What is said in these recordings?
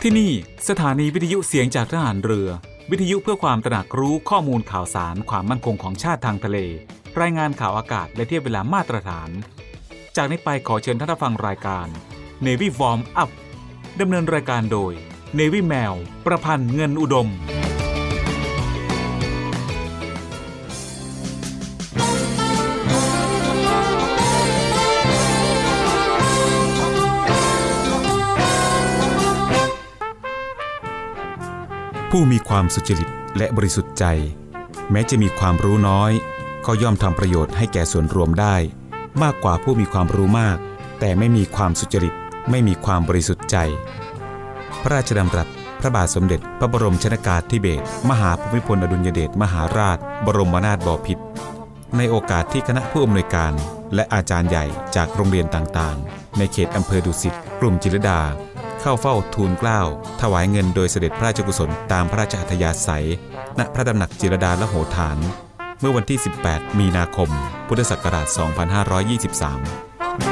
ที่นี่สถานีวิทยุเสียงจากทหารเรือวิทยุเพื่อความตระหนักรู้ข้อมูลข่าวสารความมั่นคงของชาติทางทะเลรายงานข่าวอากาศและเทียบเวลามาตรฐานจากนี้ไปขอเชิญท่านรับฟังรายการ Navy Warm Up ดำเนินรายการโดย Navy แมวประพันธ์เงินอุดมผู้มีความสุจริตและบริสุทธิ์ใจแม้จะมีความรู้น้อยก็ย่อมทำประโยชน์ให้แก่ส่วนรวมได้มากกว่าผู้มีความรู้มากแต่ไม่มีความสุจริตไม่มีความบริสุทธิ์ใจพระราชดำรัสพระบาทสมเด็จพระบรมชนกาธิเบศรมหาภูมิพลอดุลยเดชมหาราชบรมนาถบพิตรในโอกาสที่คณะผู้อำนวยการและอาจารย์ใหญ่จากโรงเรียนต่างๆในเขตอำเภอดุสิตกลุ่มจิรดาเข้าเฝ้าทูลเกล้าถวายเงินโดยเสด็จพระราชกุศลตามพระราชอัธยาศัยณพระตำหนักจิรดาละโหฐานเมื่อวันที่18มีนาคมพุทธศักราช2523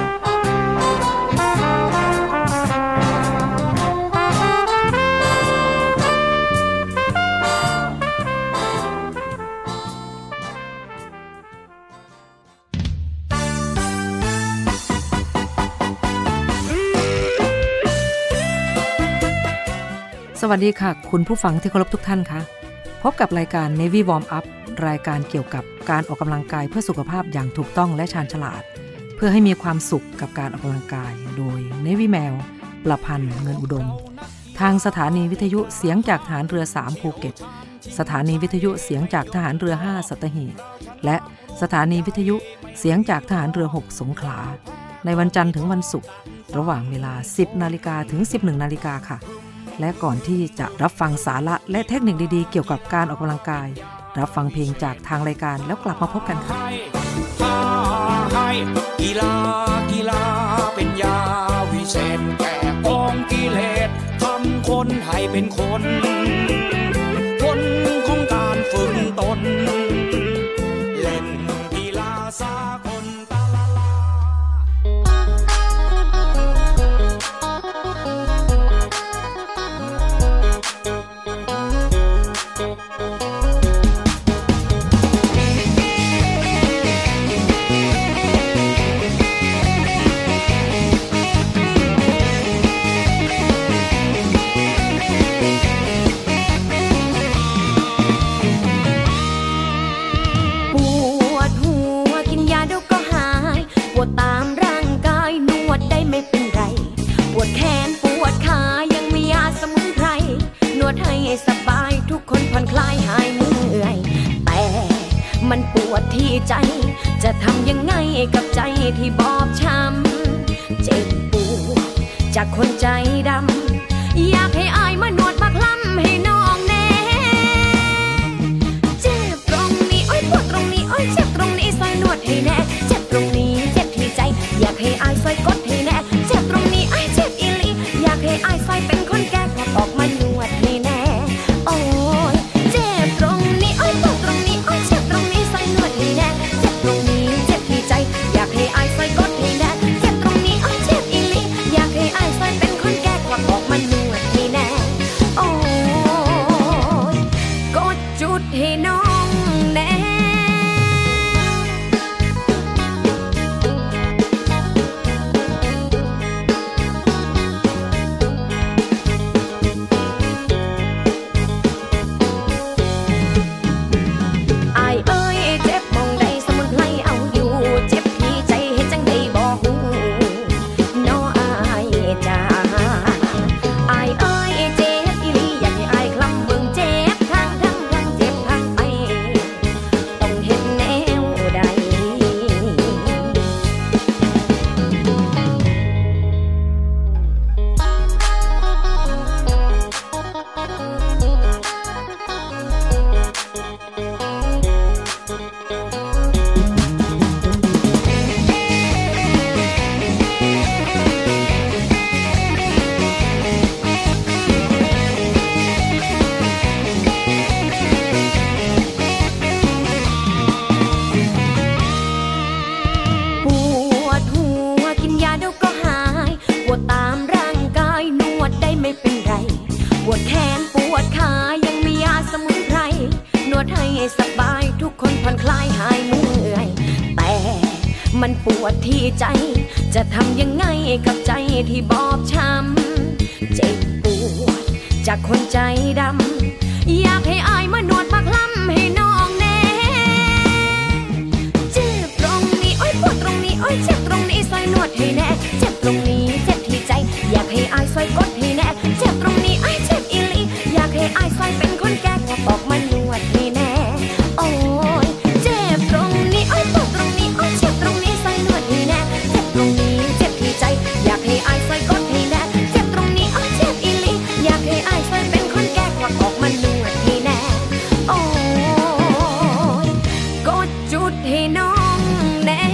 สวัสดีค่ะคุณผู้ฟังที่เคารพทุกท่านค่ะพบกับรายการ Navy Warm Up รายการเกี่ยวกับการออกกำลังกายเพื่อสุขภาพอย่างถูกต้องและชาญฉลาดเพื่อให้มีความสุขกับการออกกำลังกายโดย Navy แมวประพันธ์เงินอุดมทางสถานีวิทยุเสียงจากทหารเรือ3ภูเก็ตสถานีวิทยุเสียงจากทหารเรือ5สัตหีบและสถานีวิทยุเสียงจากทหารเรือ6สงขลาในวันจันทร์ถึงวันศุกร์ระหว่างเวลา 10:00 นถึง 11:00 นค่ะและก่อนที่จะรับฟังสาระและเทคนิคดีๆเกี่ยวกับการออกกำลังกายรับฟังเพลงจากทางรายการแล้วกลับมาพบกันค่ะกีฬาเป็นยาวิเศษแก้กองกิเลสทำคนให้เป็นคนของการฝึกตนเล่นกีฬาสากลตาลาลาให้สบายทุกคนผ่อนคลายหายเหนื่อยแต่มันปวดที่ใจจะทำยังไงกับใจที่บอบช้ำเจ็บปวดจากคนใจดำอยากให้อายมานวดมาคล้ำให้น้องแน่เจ็บตรงนี้โอ๊ยปวดตรงนี้โอ๊ยเจ็บตรงนี้ซอยนวดให้แน่เจ็บตรงนี้เจ็บที่ใจอยากให้อายซอยกดให้แน่เจ็บตรงนี้อายเจ็บอีหลีอยากให้อายซอยเป็นคนแก่กอดออกมานวดให้แน่โอ้ยเจ็บตรงนี้โอ๊ยปวดตรงนี้โอ๊ยเจ็บตรงนี้ซอยนวดให้แน่เจ็บตรงนี้เจ็บที่ใจอยากให้อายซอยกดให้แน่เจ็บตรงนี้โอ๊ยเจ็บอีหลีอยากให้อายซอยเป็นคนแก่กอดวดที่ใจจะทำยังไงกับใจที่บอบช้ำเจ็บปวดจากคนใจดำอยากให้อายมานวดมาคล้ำให้น้องแน่เจ็บตรงนี้โอ้ยปวดตรงนี้โอ้ยเจ็บตรงนี้ซอยนวดให้แน่เจ็บตรงนี้เจ็บที่ใจอยากให้อายซอยกดให้แน่เจ็บตรงนี้ไอ้เจ็บอีหลีอยากให้อายซอยเป็นคนแก่กว่าบอกมานวดให้แน่โอ้ยเจ็บตรงนี้โอ้ยปวดตรงนี้โอ้ยเจ็บตรงนี้ซอยนวดให้แน่เจ็บตรงนี้เจ็บที่ใจอยากให้อายซอยกดให้แน่เจ็บตรงนี้โอ้ยเจ็บอีหลีอยากให้อายซอยเป็นคนแก่กว่าบอกมานวดให้แน่โอ้ยกดจุดให้น้องแน่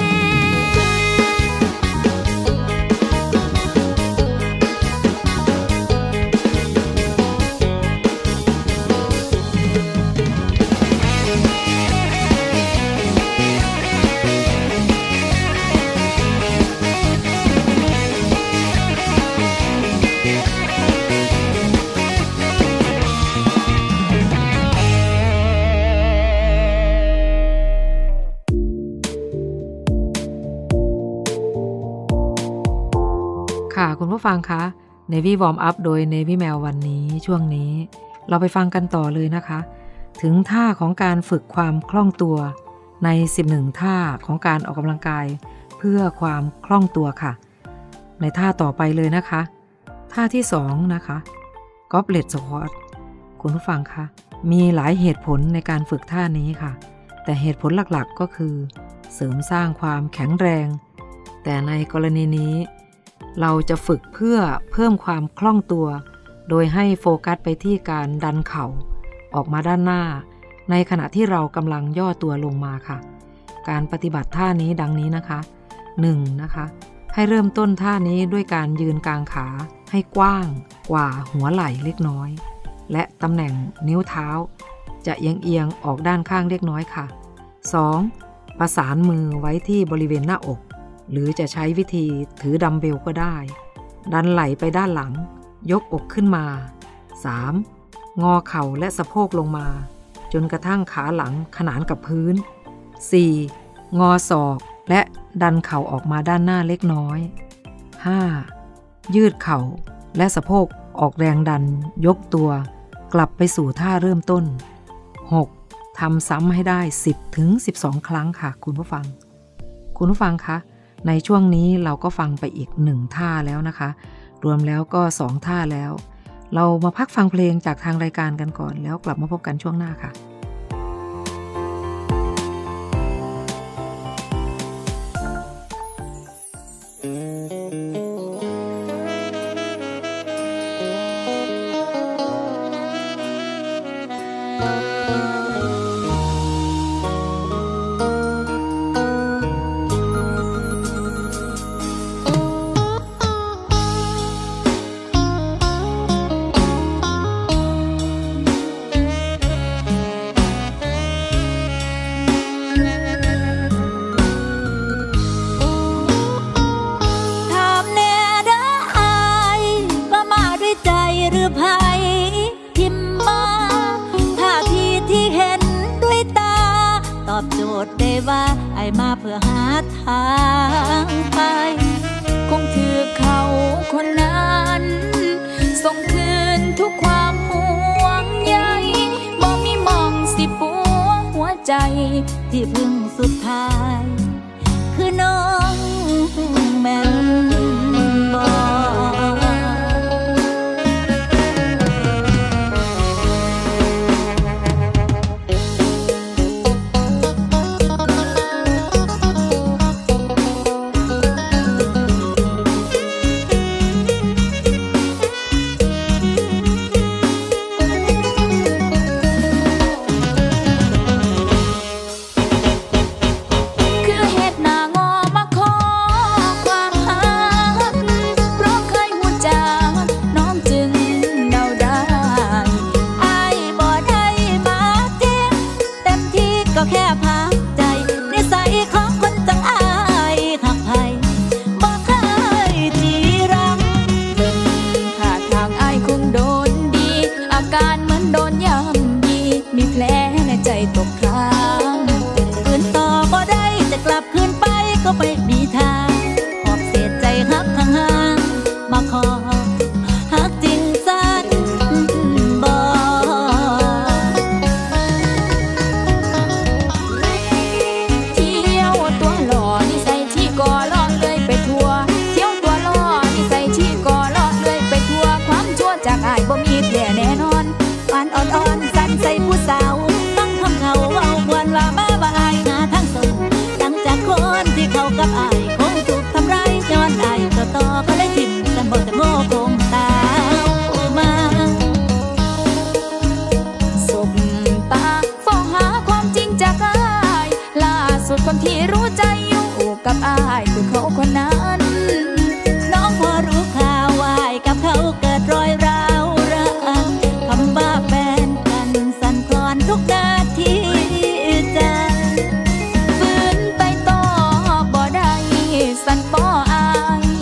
ค่ะคุณผู้ฟังคะ Navy Warm Up โดย Navy แมววันนี้ช่วงนี้เราไปฟังกันต่อเลยนะคะ ถึงท่าของการฝึกความคล่องตัวใน11ท่าของการออกกำลังกายเพื่อความคล่องตัวค่ะในท่าต่อไปเลยนะคะท่าที่2นะคะ Goblet Squat คุณผู้ฟังคะมีหลายเหตุผลในการฝึกท่านี้ค่ะแต่เหตุผลหลักๆก็คือเสริมสร้างความแข็งแรงแต่ในกรณีนี้เราจะฝึกเพื่อเพิ่มความคล่องตัวโดยให้โฟกัสไปที่การดันเข่าออกมาด้านหน้าในขณะที่เรากำลังย่อตัวลงมาค่ะการปฏิบัติท่านี้ดังนี้นะคะ 1. นะคะให้เริ่มต้นท่านี้ด้วยการยืนกางขาให้กว้างกว่าหัวไหล่เล็กน้อยและตำแหน่งนิ้วเท้าจะเอียงออกด้านข้างเล็กน้อยค่ะ 2. ประสานมือไว้ที่บริเวณหน้าอกหรือจะใช้วิธีถือดัมเบลก็ได้ดันไหล่ไปด้านหลังยกอกขึ้นมา 3. งอเข่าและสะโพกลงมาจนกระทั่งขาหลังขนานกับพื้น 4. งอศอกและดันเข่าออกมาด้านหน้าเล็กน้อย 5. ยืดเข่าและสะโพกออกแรงดันยกตัวกลับไปสู่ท่าเริ่มต้น 6. ทำซ้ำให้ได้ 10-12 ครั้งค่ะคุณผู้ฟังคะในช่วงนี้เราก็ฟังไปอีก1ท่าแล้วนะคะรวมแล้วก็2ท่าแล้วเรามาพักฟังเพลงจากทางรายการกันก่อนแล้วกลับมาพบกันช่วงหน้าค่ะว่าไอ้มาเพื่อหาทางไปคงถือเขาคนนั้นส่งคืนทุกความห่วงใยบ่มีมองสิปัวหัวใจที่พึ่งสุดท้ายคือน้องแม่นบ่ค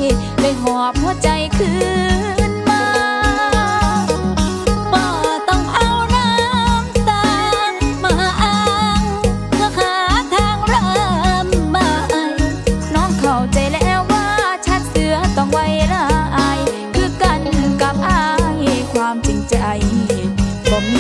เลยหอบหัวใจคืนมาบ่ต้องเอาน้ำตามาอ้างเพื่อหาทางเริ่มใหม่น้องเข้าใจแล้วว่าชัดเสือต้องไว้ร้ายคือกันกับอ้ายความจริงใจบ่มี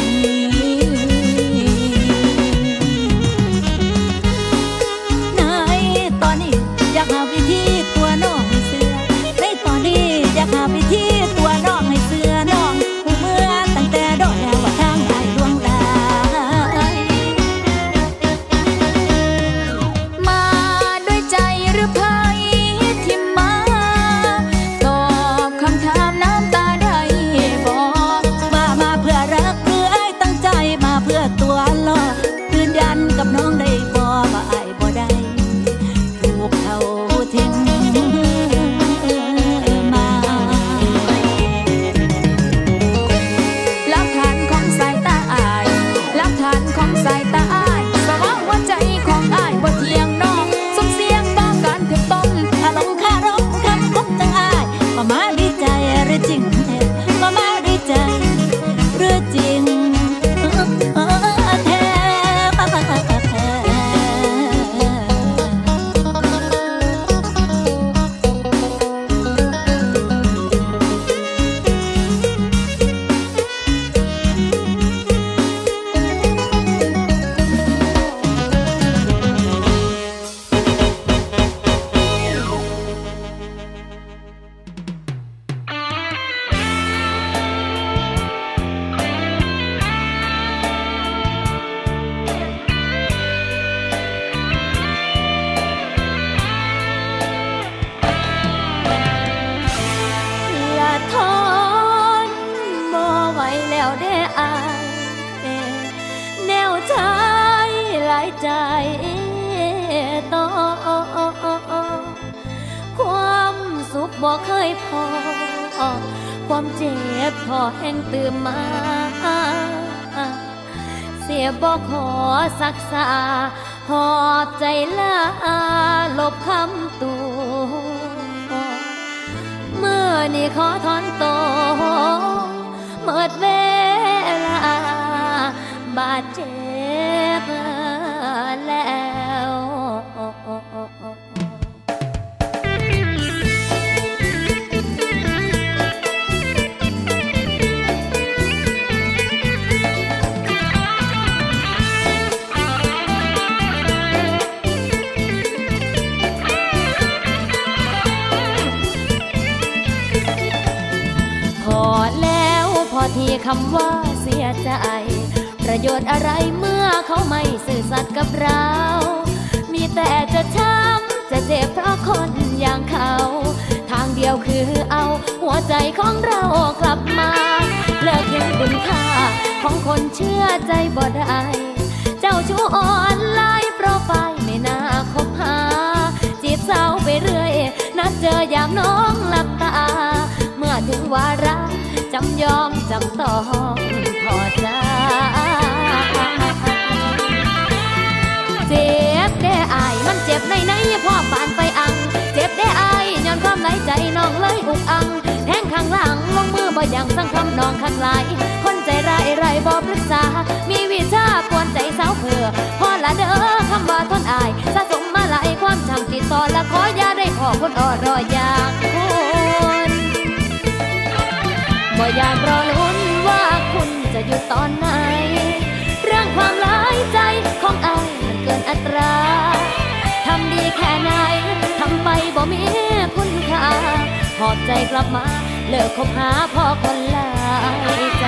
อยากหาวิธีตัวน้องให้เสือในตอนนี้อยากหาวิธีตัวน้องให้เสือน้องผู้เมื่อตั้งแต่ดอกแล้วว่าทางอายดวงดายมาด้วยใจหรือไผที่มาตอบคำถามน้ำตาได้บอกมาเพื่อรักหรืออ้ายตั้งใจมาเพื่อตัวล่อยืนยันกับน้องได้บ่ว่าอ้ายบ่ได้เขาทิ้งมาหลักฐานของสายตาอ้ายหลักฐานของสายตาอ้ายสว่างหัวใจของอ้ายบ่เที่ยงน้องสมเสียงต้องการถึงต้มอารมณ์คารมคำคบจังอ้ายก็มาดีใจหรือจริงก็มาดีใจหรือจริงใจต่อความสุขบ่เคยพอความเจ็บพอแห่งตื่มมาเสียบ่ขอสักษาหอบใจลาลบคำตัวเมื่อนี่ขอถอนตัวเมื่อเวลาบาดเจ็บแล้วพอแล้วพอที่คำว่าเสียใจประโยชน์อะไรเมื่อเขาไม่ซื่อสัตย์กับเรามีแต่จะช้ำจะเจ็บเพราะคนอย่างเขาทางเดียวคือเอาหัวใจของเรากลับมาเลิกเห็นคุณค่าของคนเชื่อใจบ่ได้เจ้าชู้ออนไลน์โปรไฟล์ไม่น่าคบหาจีบสาวไปเรื่อยนัดเจอยามน้องหลับตาเมื่อถึงวาระจำยอมจำต้องพอใจเจ็บได้อายมันเจ็บในพ่อปานไปอังเจ็บได้อายย้อนความไหลใจน้องเลยอุกอังแทงข้างหลังลงมือบ่ยังสั่งคำน้องขัดไหลคนใจร้ายไรบ่ปรึกษามีวิชากวนใจสาวเผื่อพอละเด้อคำว่าทนอายสะสมมาหลายความช่างติดต่อและขออย่าได้ขอคนอ่อรออย่างคุณบ่อยากรอลุ้นว่าคุณจะอยู่ตอนไหนเรื่องความหลายใจของอายมันเกินอัตราทำดีแค่ไหนทำไปบ่มีคุณค่าหอบใจกลับมาเลิกคบหาพอคนหลายใจ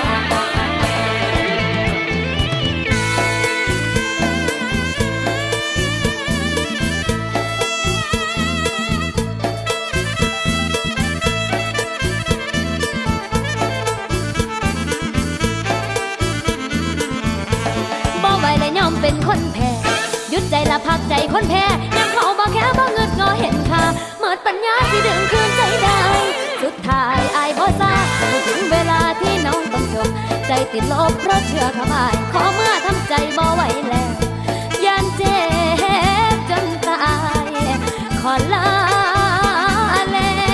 เป็นคนแพ้หยุดใจละพักใจคนแพ้ยังเขาบ่แค่บ่เงินงอเห็นค่าเมิดปัญญาที่ดึงคืนใจได้สุดท้ายอายบ่ซาถึงเวลาที่น้องต้องจบใจติดลบเพราะเชื่อคำอายขอเมื่อทำใจบ่ไหวแล้วยันเจ็บจนตายขอลาแล้ว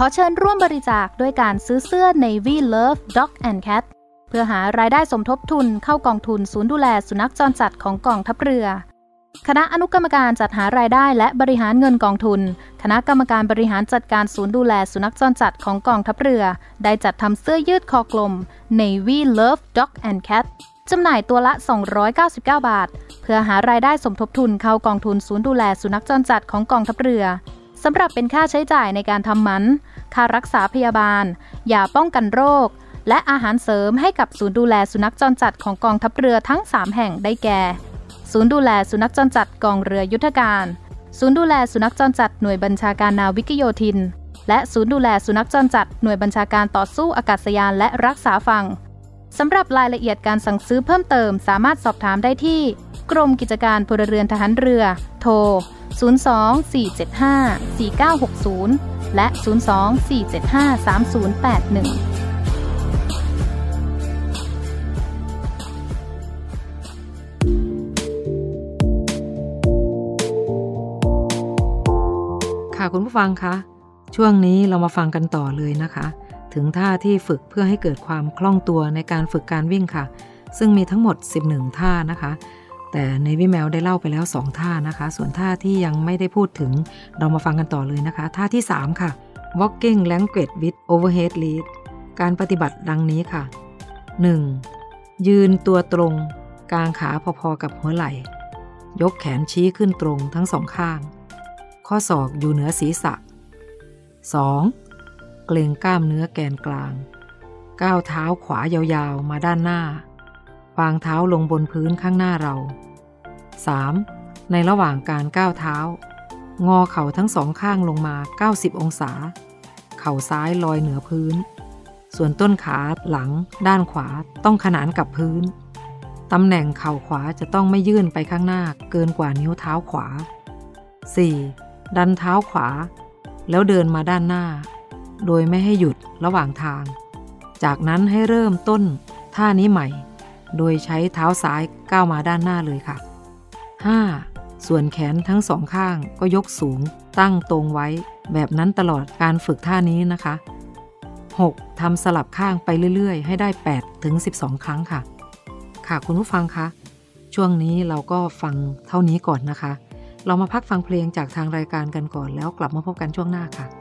อเชิญร่วมบริจาคด้วยการซื้อเสื้อ Navy Love Dog and Cat เพื่อหารายได้สมทบทุนเข้ากองทุนศูนย์ดูแลสุนัขจรจัดของกองทัพเรือคณะอนุกรรมการจัดหารายได้และบริหารเงินกองทุนคณะกรรมการบริหารจัดการศูนย์ดูแลสุนัขจรจัดของกองทัพเรือได้จัดทำเสื้อยืดคอกลม Navy Love Dog and Cat จำหน่ายตัวละ299 บาทเพื่อหารายได้สมทบทุนเข้ากองทุนศูนย์ดูแลสุนัขจรจัดของกองทัพเรือสำหรับเป็นค่าใช้จ่ายในการทำหมันค่ารักษาพยาบาลยาป้องกันโรคและอาหารเสริมให้กับศูนย์ดูแลสุนัขจรจัดของกองทัพเรือทั้ง3แห่งได้แก่ศูนย์ดูแลสุนัขจรจัดกองเรือยุทธการศูนย์ดูแลสุนัขจรจัดหน่วยบัญชาการนาวิกโยธินและศูนย์ดูแลสุนัขจรจัดหน่วยบัญชาการต่อสู้อากาศยานและรักษาฝั่งสำหรับรายละเอียดการสั่งซื้อเพิ่มเติมสามารถสอบถามได้ที่กรมกิจการพลเรือนทหารเรือโทร024754960และ024753081 ค่ะคุณผู้ฟังคะช่วงนี้เรามาฟังกันต่อเลยนะคะถึงท่าที่ฝึกเพื่อให้เกิดความคล่องตัวในการฝึกการวิ่งค่ะซึ่งมีทั้งหมด11ท่านะคะแต่ในวิแมวได้เล่าไปแล้ว2ท่านะคะส่วนท่าที่ยังไม่ได้พูดถึงเรามาฟังกันต่อเลยนะคะท่าที่3ค่ะ Walking Language with Overhead Lead การปฏิบัติดังนี้ค่ะ 1. ยืนตัวตรงกางขาพอๆกับหัวไหล่ยกแขนชี้ขึ้นตรงทั้งสองข้างข้อศอกอยู่เหนือศีรษะ 2. เกร็งกล้ามเนื้อแกนกลางก้าวเท้าขวายาวๆมาด้านหน้าวางเท้าลงบนพื้นข้างหน้าเรา 3. ในระหว่างการก้าวเท้างอเข่าทั้งสองข้างลงมา90องศาเข่าซ้ายลอยเหนือพื้นส่วนต้นขาหลังด้านขวาต้องขนานกับพื้นตำแหน่งเข่าขวาจะต้องไม่ยื่นไปข้างหน้าเกินกว่านิ้วเท้าขวา 4. ดันเท้าขวาแล้วเดินมาด้านหน้าโดยไม่ให้หยุดระหว่างทางจากนั้นให้เริ่มต้นท่านี้ใหม่โดยใช้เท้าซ้ายก้าวมาด้านหน้าเลยค่ะ 5. ส่วนแขนทั้งสองข้างก็ยกสูงตั้งตรงไว้แบบนั้นตลอดการฝึกท่านี้นะคะ 6. ทำสลับข้างไปเรื่อยๆให้ได้8 ถึง 12 ครั้งค่ะค่ะคุณผู้ฟังคะช่วงนี้เราก็ฟังเท่านี้ก่อนนะคะเรามาพักฟังเพลงจากทางรายการกันก่อนแล้วกลับมาพบกันช่วงหน้าค่ะ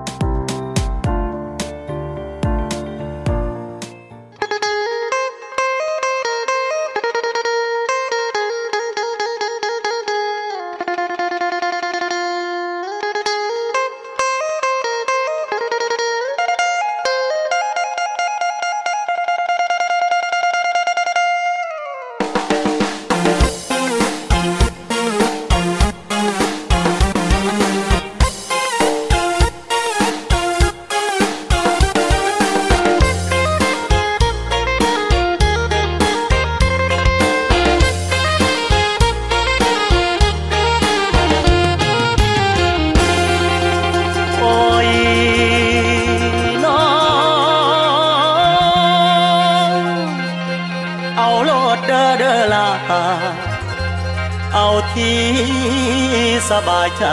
เอาที่สบายใจ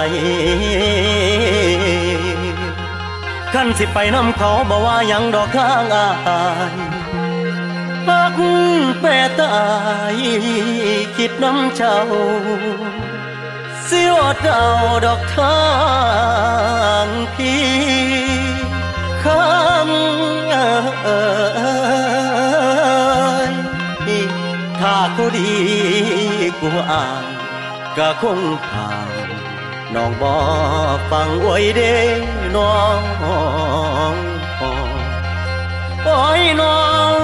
คันสิไปน้ำเขาบ่ว่ายังดอกทางอายฮักแม่ตายคิดน้ำเจ้าสิอดเอาดอกทางพี่คำถ้ากูดีกูอ่านก็คงผ่านน้องบ่ฟังไว้เด้น้องโอ้ยน้อง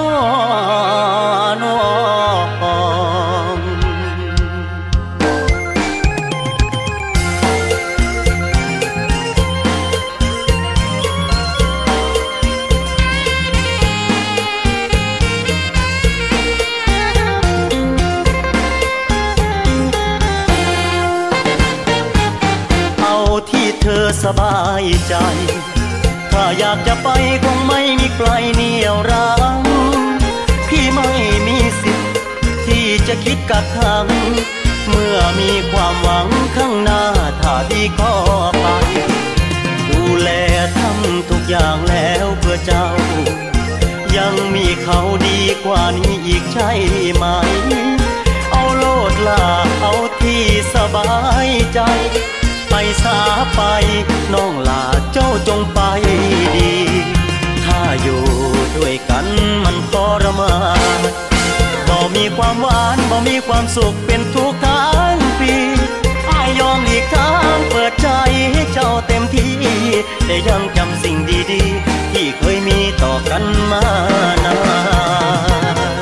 เธอสบายใจถ้าอยากจะไปคงไม่มีใครเหนี่ยวรั้งพี่ไม่มีสิทธิ์ที่จะคิดกักขังเมื่อมีความหวังข้างหน้าถ้าพี่ขอไปดูแลทำทุกอย่างแล้วเพื่อเจ้ายังมีเขาดีกว่านี้อีกใช่ไหมเอาโลดลาเอาที่สบายใจไปสาไปน้องลาเจ้าจงไปดีถ้าอยู่ด้วยกันมันทรมานบ่มีความหวานบ่มีความสุขเป็นทุกข์ทั้งปีอ้ายยอมหลีกทางเปิดใจให้เจ้าเต็มที่แต่ยังจำสิ่งดีๆที่เคยมีต่อกันมานาน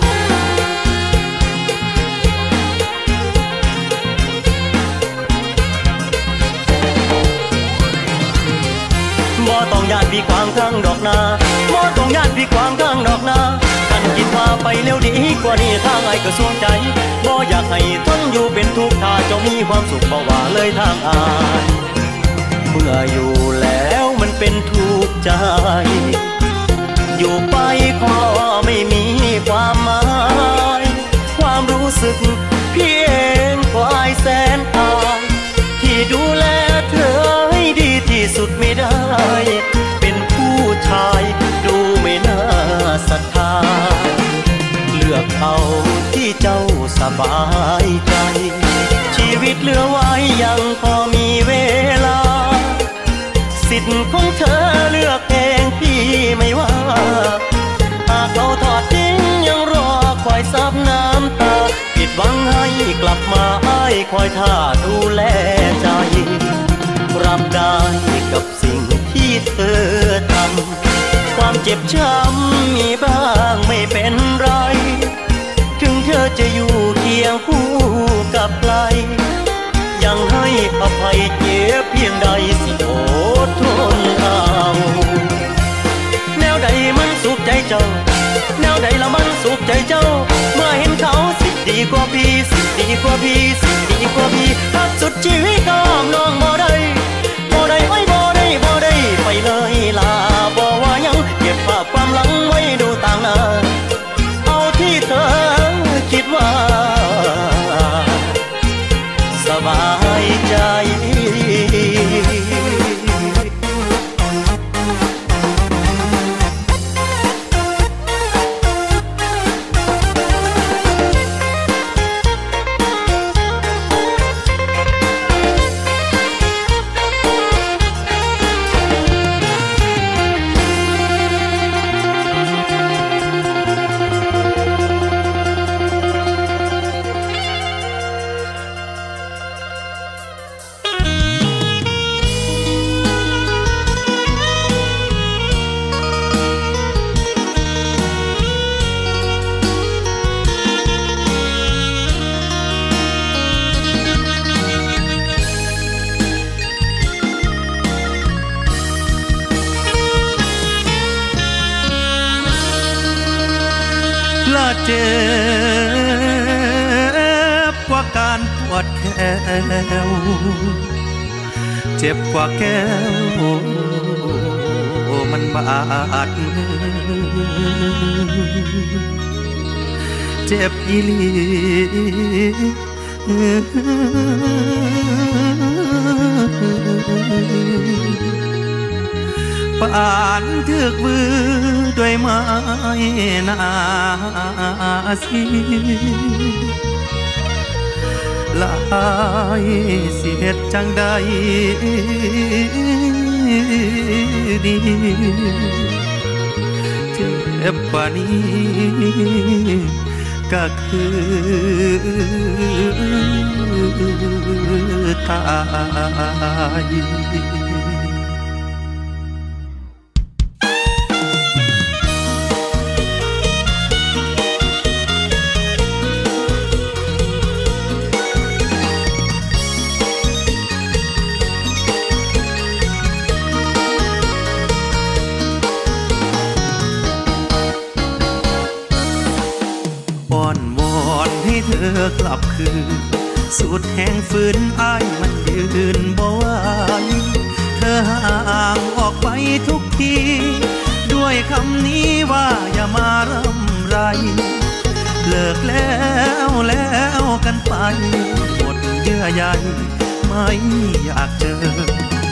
บ่ต้องญาติพี่ขวางทางดอกนาบ่ต้องญาติพี่ขวางทางดอกนากันคิดว่าไปเร็วดีกว่านี้ทางไอ้ก็สวงใจบ่อยากให้ทนอยู่เป็นทุกข์ถ้าเจ้ามีความสุขบ่ว่าเลยทางอายเมื่ออยู่แล้วมันเป็นทุกข์ใจอยู่ไปก็ไม่มีความหมายความรู้สึกพี่เองก็อายแสนอายที่ดูแลเธอให้ดีที่สุดไม่ได้เป็นผู้ชายดูไม่น่าศรัทธาเลือกเอาที่เจ้าสบายใจชีวิตเหลือไว้ยังพอมีเวลาสิทธิ์ของเธอเลือกเองพี่ไม่ว่าหากเขาทอดทิ้งยังรอคอยซับน้ำตาผิดหวังให้กลับมาให้คอยท่าดูแลใจรับได้กับสิ่งที่เธอทำความเจ็บช้ำมีบ้างไม่เป็นไรถึงเธอจะอยู่เคียงคู่กับใครยังให้อภัยเจ็บเพียงใดสิอดทนเอาแนวใดมันสุขใจเจ้าแนวใดละมันสุขใจเจ้าเมื่อเห็นเขาสิดีกว่าพี่สิดีกว่าพี่สิดีกว่าพี่รักสุดชีวิตก็น้องบ่ได้บ่ได้ไว้บ่ได้บ่ได้ไปเลยลาบ่ว่ายังเก็บภาพความหลังไว้ดูต่างหน้าเอาที่เธอคิดว่าสบายใจเจ็บกว่าการปวดแขวเจ็บกว่าแก้วมันบาดเจ็บอีหลีปานถึกมือด้วยไม้นาสีลายเสียดจังใดดีเจ็บกว่านี้ก็คือตายเธอกลับคืนสุดแห่งฝืนอ้ายมันยืนบ่ไหวเธอห่างออกไปทุกทีด้วยคำนี้ว่าอย่ามารำไรเลิกแล้วกันไปหมดเยื่อใยไม่อยากเจอ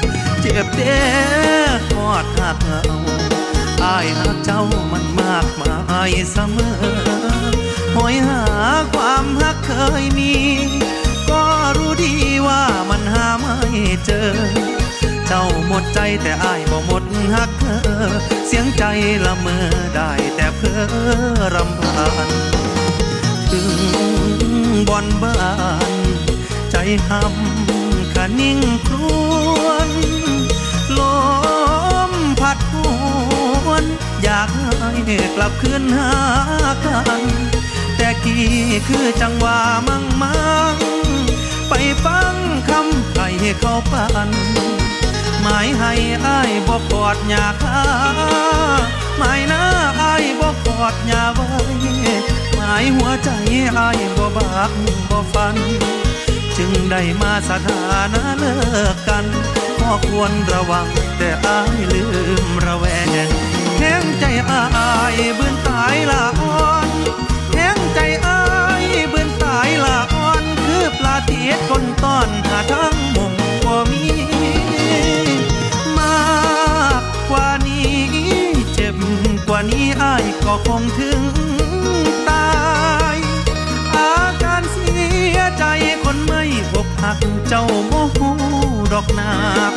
จ็บเด้ทอดหักเอาอ้ายหักเจ้ามันมากมายเสมอหอยหาความหักเคยมีก็รู้ดีว่ามันหาไม่เจอเจ้าหมดใจแต่อ้ายบ่หมดหักเธอเสียงใจละเมอได้แต่เพ้อรำพันถึงบ่อนบ้านใจห้ำกะนิ่งครวนลมพัดหวนอยากให้กลับคืนหากันแต่กี้คือจังหวะมั่งไปฟังคำใครเข้าปันหมายให้อ้ายบอกกอดอย่าข้าหมายหน้าอ้ายบอกกอดอย่าไว้หมายหัวใจอ้ายบ่บักบ่ฟันจึงได้มาสถานะเลิกกันข้อควรระวังแต่อ้ายลืมระแวงแข็งใจอ้ายบืนตายละอ่อนแข็งใจอ้ายบืนตายละอ่อนคือปลาเทียดก้นต้อนหาทั้งมุมบ่มีมากกว่านี้เจ็บกว่านี้อ้ายก็คงถึงตายอาการเสียใจคนไม่อกหักเจ้าโมโหดอกนา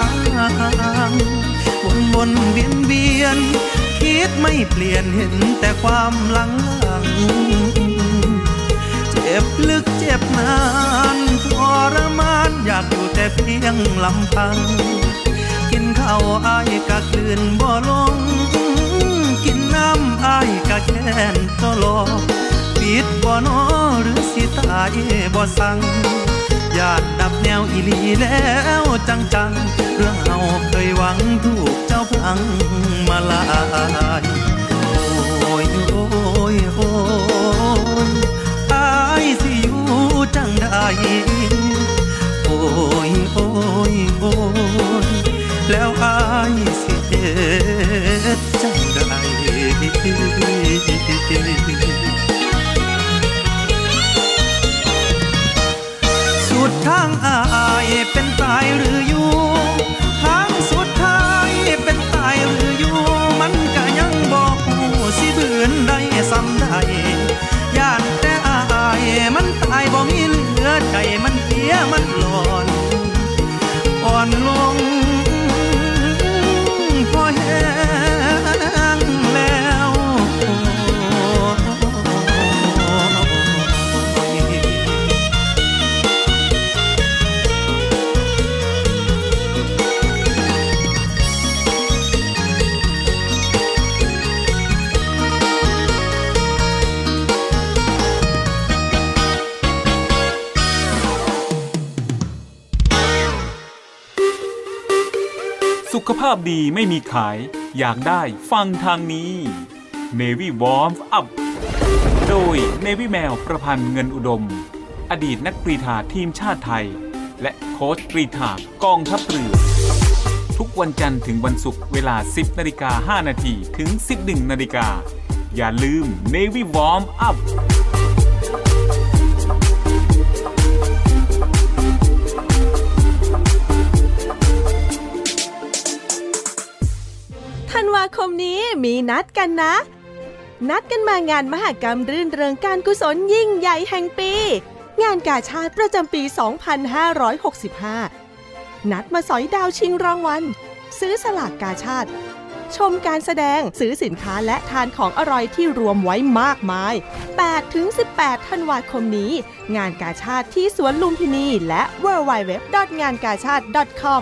วนเวียนคิดไม่เปลี่ยนเห็นแต่ความหลังเจ็บลึกเจ็บนานทรมานอยากอยู่แต่เพียงลำพังกินข้าวอ้ายกะกลืนบ่ลงกินน้ำอ้ายกะแค้นก็รอปิดบ่นอหรือสิตายบ่สั่งญาติดับแนวอีหลีแล้วจังๆเรื่องเฮาเคยหวังถูกเจ้าพังมาลายโอ้ยโอ้ยโอ้ยอ้ายสิอยู่จังได้โอ้ยโอ้ยโอ้ยแล้วอ้ายสิเฮ็ดจังได้สุดทางอ้ายเป็นตายหรืออยู่ทางสุดท้ายเป็นตายหรืออยู่มันก็ยังบอกสิบืนได้ซ้ำได้ย่านแต่อ้ายมันตายบ่มีเหลือใจมันเพียมันหลอนอ่อนลงพอแห้งแล้วสุขภาพดีไม่มีขายอยากได้ฟังทางนี้ Navy Warm Up โดย Navy แมวประพันธ์เงินอุดมอดีตนักกรีฑาทีมชาติไทยและโค้ชกรีฑากองทัพเรือทุกวันจันทร์ถึงวันศุกร์เวลา 10:05 น.ถึง 11:00 น.อย่าลืม Navy Warm Up ธันวาคมนี้มีนัดกันนะนัดกันมางานมหกรรมรื่นเริงการกุศลยิ่งใหญ่แห่งปีงานกาชาดประจำปี 2565 นัดมาสอยดาวชิงรางวัลซื้อสลากกาชาดชมการแสดงซื้อสินค้าและทานของอร่อยที่รวมไว้มากมาย 8-18 ธันวาคมนี้งานกาชาดที่สวนลุมพินีและ www.ngankachad.com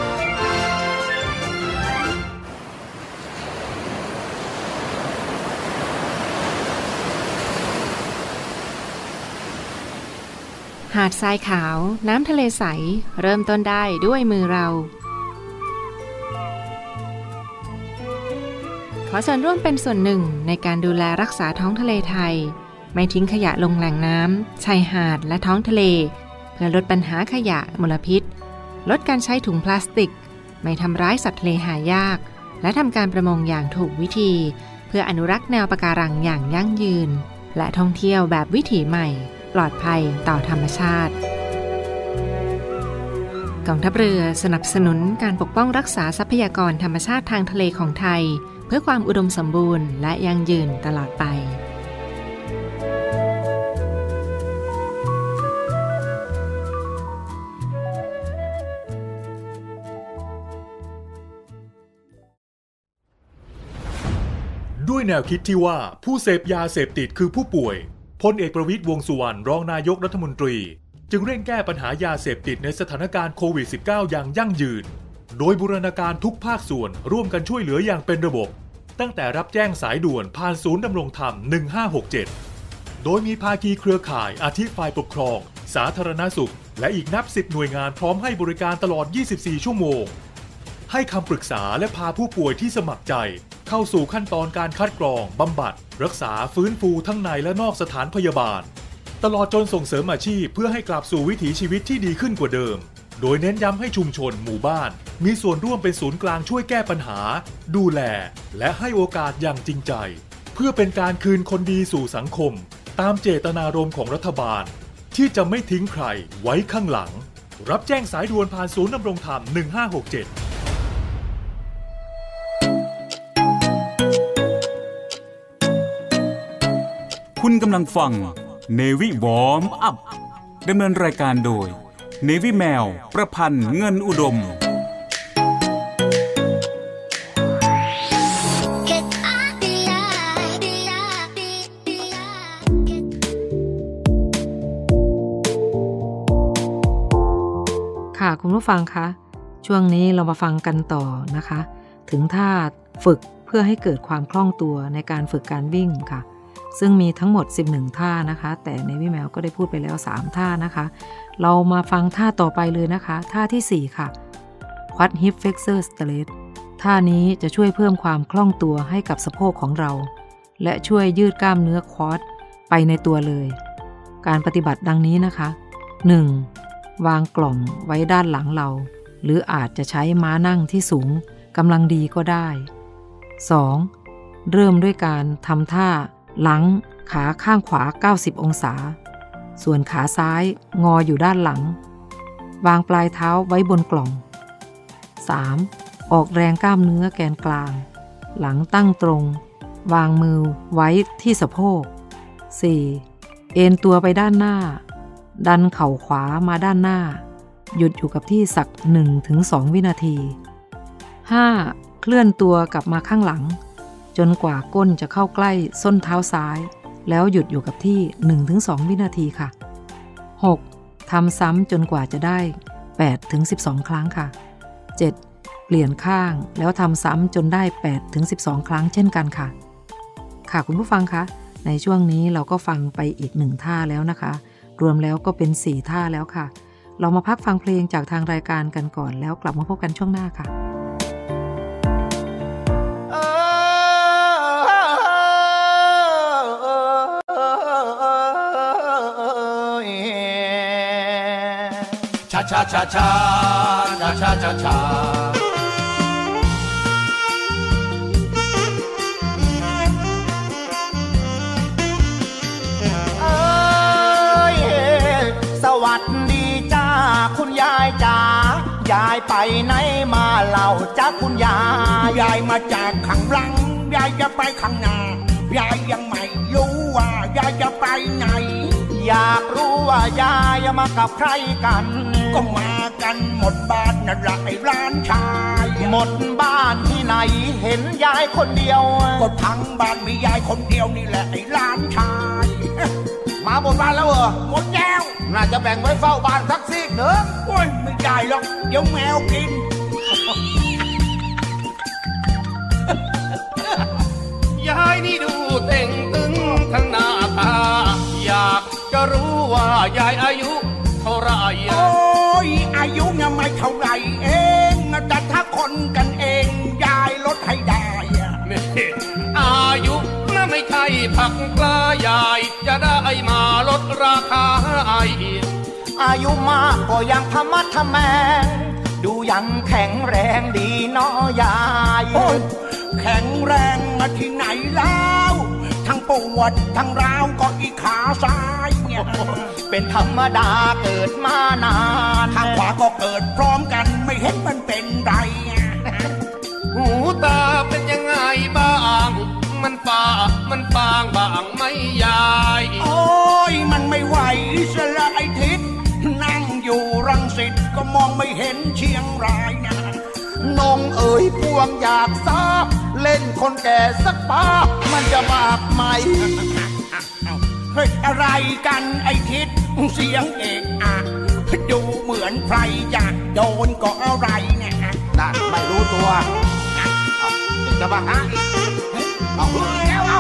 หาดทรายขาวน้ำทะเลใสเริ่มต้นได้ด้วยมือเราขอส่วนร่วมเป็นส่วนหนึ่งในการดูแลรักษาท้องทะเลไทยไม่ทิ้งขยะลงแหล่งน้ำชายหาดและท้องทะเลเพื่อลดปัญหาขยะมลพิษลดการใช้ถุงพลาสติกไม่ทำร้ายสัตว์ทะเลหายากและทำการประมงอย่างถูกวิธีเพื่ออนุรักษ์แนวปะการังอย่างยั่งยืนและท่องเที่ยวแบบวิถีใหม่ปลอดภัยต่อธรรมชาติกองทัพเรือสนับสนุนการปกป้องรักษาทรัพยากรธรรมชาติทางทะเลของไทยเพื่อความอุดมสมบูรณ์และยั่งยืนตลอดไปด้วยแนวคิดที่ว่าผู้เสพยาเสพติดคือผู้ป่วยพลเอกประวิตร วงษ์สุวรรณรองนายกรัฐมนตรีจึงเร่งแก้ปัญหายาเสพติดในสถานการณ์โควิด -19 อย่างยั่งยืนโดยบูรณาการทุกภาคส่วนร่วมกันช่วยเหลืออย่างเป็นระบบตั้งแต่รับแจ้งสายด่วนผ่านศูนย์ดำรงธรรม 1567 โดยมีภาคีเครือข่ายอาทิฝ่ายปกครองสาธารณสุขและอีกนับ10หน่วยงานพร้อมให้บริการตลอด 24 ชั่วโมงให้คำปรึกษาและพาผู้ป่วยที่สมัครใจเข้าสู่ขั้นตอนการคัดกรองบำบัดรักษาฟื้นฟูทั้งในและนอกสถานพยาบาลตลอดจนส่งเสริมอาชีพเพื่อให้กลับสู่วิถีชีวิตที่ดีขึ้นกว่าเดิมโดยเน้นย้ำให้ชุมชนหมู่บ้านมีส่วนร่วมเป็นศูนย์กลางช่วยแก้ปัญหาดูแลและให้โอกาสอย่างจริงใจเพื่อเป็นการคืนคนดีสู่สังคมตามเจตนารมณ์ของรัฐบาลที่จะไม่ทิ้งใครไว้ข้างหลังรับแจ้งสายด่วนผ่านศูนย์ดำรงธรรม 1567 คุณกำลังฟัง Navy Warm Up ดำเนินรายการโดย Navy แมวประพันธ์เงินอุดมค่ะคุณผู้ฟังคะช่วงนี้เรามาฟังกันต่อนะคะถึงท่าฝึกเพื่อให้เกิดความคล่องตัวในการฝึกการวิ่งค่ะซึ่งมีทั้งหมด11ท่านะคะแต่ในวิแมวก็ได้พูดไปแล้ว3ท่านะคะเรามาฟังท่าต่อไปเลยนะคะท่าที่4ค่ะ Quad Hip Flexor Stretch ท่านี้จะช่วยเพิ่มความคล่องตัวให้กับสะโพกของเราและช่วยยืดกล้ามเนื้อควอดไปในตัวเลยการปฏิบัติดังนี้นะคะ 1. วางกล่องไว้ด้านหลังเราหรืออาจจะใช้ม้านั่งที่สูงกำลังดีก็ได้ 2. เริ่มด้วยการทำท่าหลังขาข้างขวา90องศาส่วนขาซ้ายงออยู่ด้านหลังวางปลายเท้าไว้บนกล่อง 3. ออกแรงกล้ามเนื้อแกนกลางหลังตั้งตรงวางมือไว้ที่สะโพก 4. เอนตัวไปด้านหน้าดันเข่าขวามาด้านหน้าหยุดอยู่กับที่สัก 1-2 วินาที 5. เคลื่อนตัวกลับมาข้างหลังจนกว่าก้นจะเข้าใกล้ส้นเท้าซ้ายแล้วหยุดอยู่กับที่ 1-2 วินาทีค่ะ 6. ทำซ้ำจนกว่าจะได้ 8-12 ครั้งค่ะ 7. เปลี่ยนข้างแล้วทำซ้ำจนได้ 8-12 ครั้งเช่นกันค่ะค่ะคุณผู้ฟังคะในช่วงนี้เราก็ฟังไปอีก1ท่าแล้วนะคะรวมแล้วก็เป็น4ท่าแล้วค่ะเรามาพักฟังเพลงจากทางรายการกันก่อนแล้วกลับมาพบกันช่วงหน้าค่ะชาชาชาชาชาชาชาสวัสดีจ้าคุณยายจ๋ายายไปไหนมาเล่าจ้าคุณยายยายมาจากข้างหลังยายจะไปข้างหน้ายายยังไม่รู้ว่ายายจะไปไหนอยากรู้ว่ายายมากับใครกันก็มากันหมดบ้านนั่นแหละไอ้ร้านชายหมดบ้านที่ไหนเห็นยายคนเดียวก็ทั้งบ้านมียายคนเดียวนี่แหละไอ้ร้านชายมาหมดบ้านแล้วเหรอหมดแล้วน่าจะแบ่งไว้เฝ้าบ้านสักซีกเนอะโอ้ยไม่ได้หรอกเดี๋ยวแมวกินยายนี่ดูเต่งตึงทั้งหน้าตาอยากจะรู้ว่ายายอายุเท่าไรโอ้ยอายุเนี่ยไม่เท่าไรเองแต่ถ้าคนกันเองยายลดให้ได้อายุน่ะไม่ใช่ผักปลายายจะได้มาลดราคาอายุมากก็ยังธรรมะทแมงดูยังแข็งแรงดีเนาะยายแข็งแรงมาที่ไหนแล้วทั้งปวดทั้งร้าวก็อีขาซ้ายเนี่ยเป็นธรรมดาเกิดมานานข้างขวาก็เกิดพร้อมมองไม่เห็นเชียงรายนะน้องเอ๋ยพวงอยากทราบเล่นคนแก่สักป้ามันจะบาปไหมเฮ้ยอะไรกันไอ้ทิศเสียงเอกอะดูเหมือนใครอยากโดนก็อะไรเนี่ยนั่นไม่รู้ตัวจะบ้าฮะเอาแล้วเอา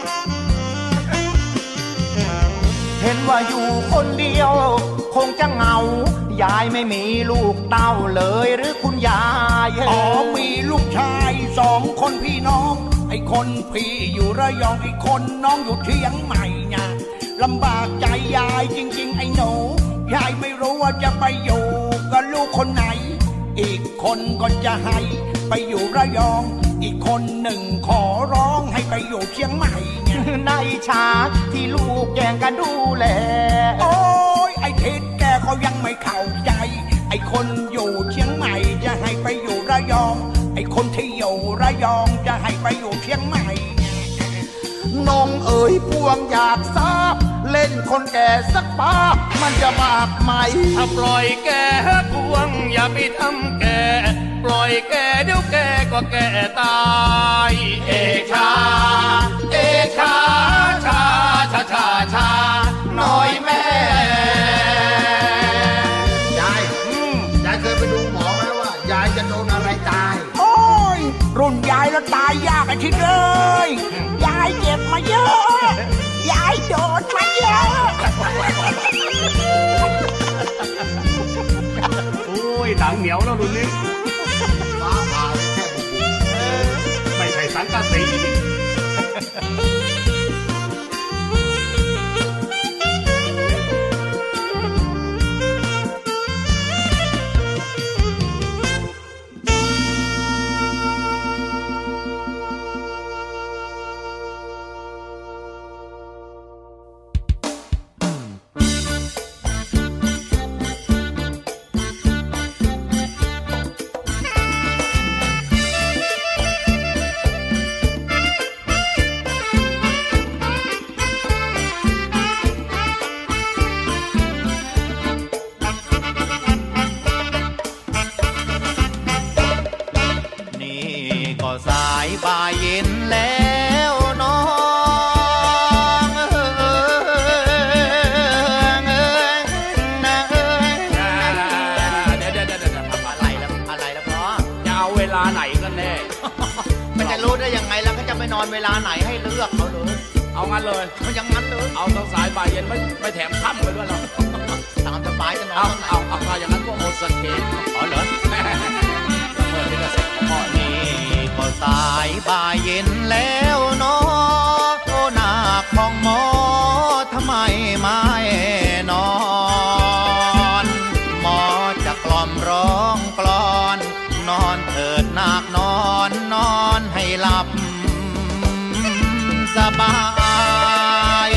เห็นว่าอยู่คนเดียวคงจะเหงายายไม่มีลูกเต้าเลยหรือคุณยายอ๋อมีลูกชาย2 คนพี่น้องไอ้คนพี่อยู่ระยองไอ้คนน้องอยู่เชียงใหม่เนี่ยลำบากใจยายจริงๆไอ้หนูยายไม่รู้ว่าจะไปอยู่กับลูกคนไหนอีกคนก็จะให้ไปอยู่ระยองอีกคนหนึ่งขอร้องให้ไปอยู่เชียงใหม่ในชาที่ลูกแย่งกันดูแลโอ้ยไอ้ทิศแกเขายังไม่เข้าใจไอ้คนอยู่เชียงใหม่จะให้ไปอยู่ระยองไอ้คนที่อยู่ระยองจะให้ไปอยู่เชียงใหม่น้องเอ๋ยพวงอยากทราบเล่นคนแก่สักป้ามันจะบาปไหมถ้าปล่อยแกพวงอย่าไปทำแกปล่อยแกเดี๋ยวแกก็แกตายเอชาเอชาชาชาชาชาน้อยแม่ยายเคยไปดูหมอไหมว่ายายจะโดนอะไรตายโอ้ยรุ่นยายแล้วตายยากไอ้ทิศเลยยายเจ็บมาเยอะยายโดนมาเยอะโอ้ยหนังเหนียวแล้วรุ่นนี้ฟ้าผ่าแค่บุบไม่ใช่สังกะสีบ่ายเย็นแล้วน้องอะไรแล้วพ่อจะเอาเวลาไหนกันแน่มันจะรู้ได้ยังไงแล้วก็จะไปนอนเวลาไหนให้เลือกเขาเลยเอางั้นเลยมันอย่างนั้นเลยเอาตั้งสายบ่ายเย็นไม่แถมค่ำไปด้วยเราตามสบายจะนอนเอาอย่างนั้นพวกโมสเกตอ๋อเหรอเปิดที่กระเซ็นของพ่อนี่ก็สายบ่ายเย็นแล้วเนาะโอ้นาของหมอทำไมไม่นอนหมอจะกล่อมร้องกลอนนอนเถิดนาคนอนให้หลับสบาย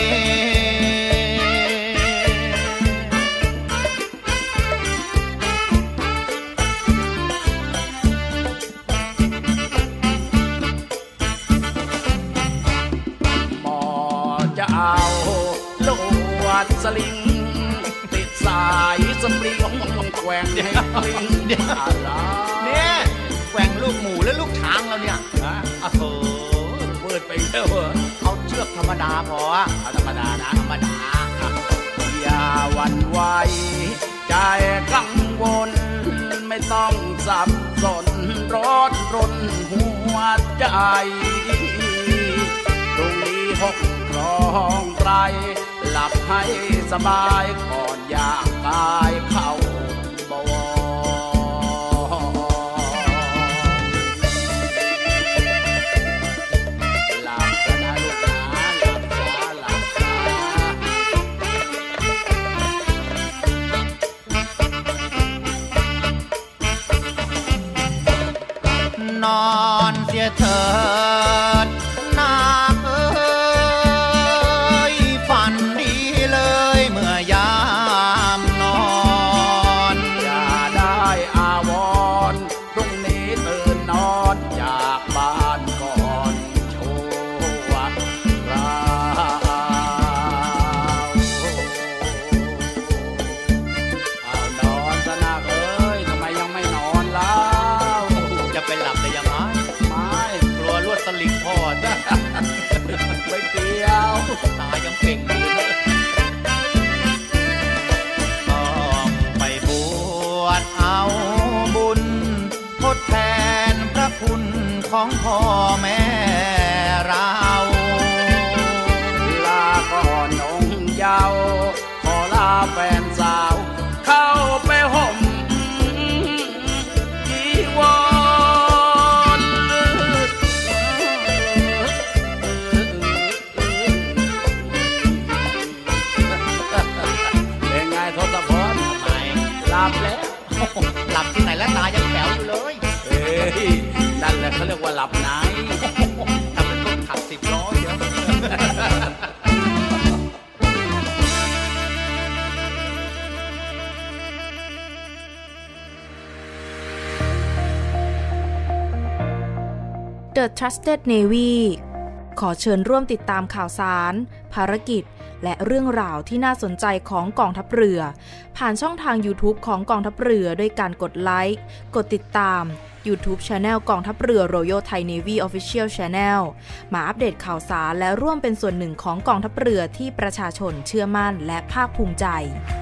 เอาลวดสลิงติดสายสำลีของแกว่งให้ลิงอะไรเนี่ยแกว่งลูกหมูและลูกช้างแล้วเนี่ยเปิดไปเถอะเอาเชือกธรรมดาพอเอาธรรมดานะธรรมดาอย่าหวั่นไหวใจกังวลไม่ต้องสับสนร้อนรนหัวใจตรงนี้หกครองไตรหลับให้สบายก่อนอยากตายเข้าบวหลับจะนะลูกนะหลับนอนเสียเถิดนาเอ้ยฝันดีเลยเมื่อยามนอนอย่าได้อาวรณ์พรุ่งนี้ตื่นนอนจากบ้านก่อนโชว์ราเอานอนซะนะเอ้ยของพ่อแม่เราลาก่อนองค์เยาว์ขอลาแฟนสาวเข้าไปห่มจีวรเป็นไงทศพลทำไมหลับแล้วหลับที่ไหนแล้วตายังแป๋วอยู่เลยนั่นแหละเขาเรียกว่าหลับในทำเป็นรถขับ10 ล้อเยอะ The Trusted Navy ขอเชิญร่วมติดตามข่าวสารภารกิจและเรื่องราวที่น่าสนใจของกองทัพเรือผ่านช่องทาง YouTube ของกองทัพเรือด้วยการกดไลค์กดติดตาม YouTube Channel กองทัพเรือ Royal Thai Navy Official Channel มาอัปเดตข่าวสารและร่วมเป็นส่วนหนึ่งของกองทัพเรือที่ประชาชนเชื่อมั่นและภาคภูมิใจ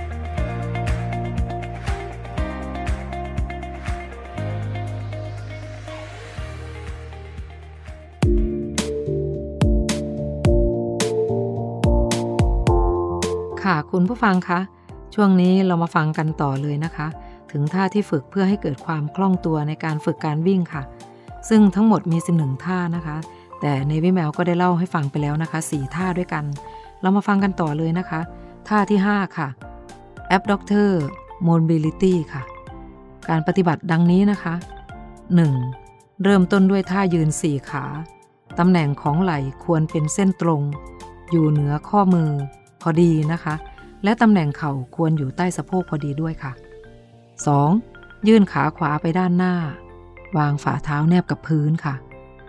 ค่ะคุณผู้ฟังคะช่วงนี้เรามาฟังกันต่อเลยนะคะถึงท่าที่ฝึกเพื่อให้เกิดความคล่องตัวในการฝึกการวิ่งค่ะซึ่งทั้งหมดมี11ท่านะคะแต่ในวิแมวก็ได้เล่าให้ฟังไปแล้วนะคะ4ท่าด้วยกันเรามาฟังกันต่อเลยนะคะท่าที่5ค่ะ Abductor Mobility ค่ะการปฏิบัติดังนี้นะคะ 1. เริ่มต้นด้วยท่ายืน4ขาตำแหน่งของไหล่ควรเป็นเส้นตรงอยู่เหนือข้อมือพอดีนะคะและตำแหน่งเข่าควรอยู่ใต้สะโพกพอดีด้วยค่ะ 2. ยื่นขาขวาไปด้านหน้าวางฝ่าเท้าแนบกับพื้นค่ะ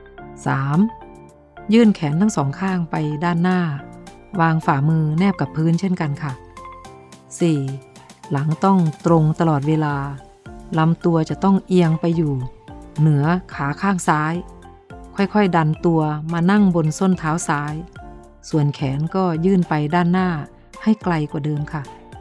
3. ยื่นแขนทั้งสองข้างไปด้านหน้าวางฝ่ามือแนบกับพื้นเช่นกันค่ะ 4. หลังต้องตรงตลอดเวลาลำตัวจะต้องเอียงไปอยู่เหนือขาข้างซ้ายค่อยๆดันตัวมานั่งบนส้นเท้าซ้ายส่วนแขนก็ยื่นไปด้านหน้าให้ไกลกว่าเดิมค่ะ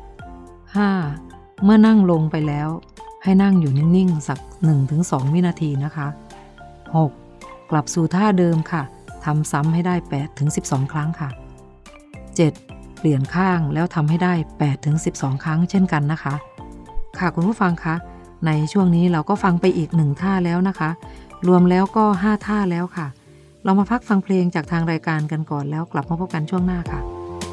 5. เมื่อนั่งลงไปแล้วให้นั่งอยู่นิ่งๆสัก 1-2 วินาทีนะคะ 6. กลับสู่ท่าเดิมค่ะทำซ้ำให้ได้ 8-12 ครั้งค่ะ 7. เปลี่ยนข้างแล้วทำให้ได้ 8-12 ครั้งเช่นกันนะคะค่ะคุณผู้ฟังคะในช่วงนี้เราก็ฟังไปอีก1ท่าแล้วนะคะรวมแล้วก็5ท่าแล้วค่ะเรามาพักฟังเพลงจากทางรายการกันก่อนแล้วกลับมาพบกันช่วงหน้าค่ะ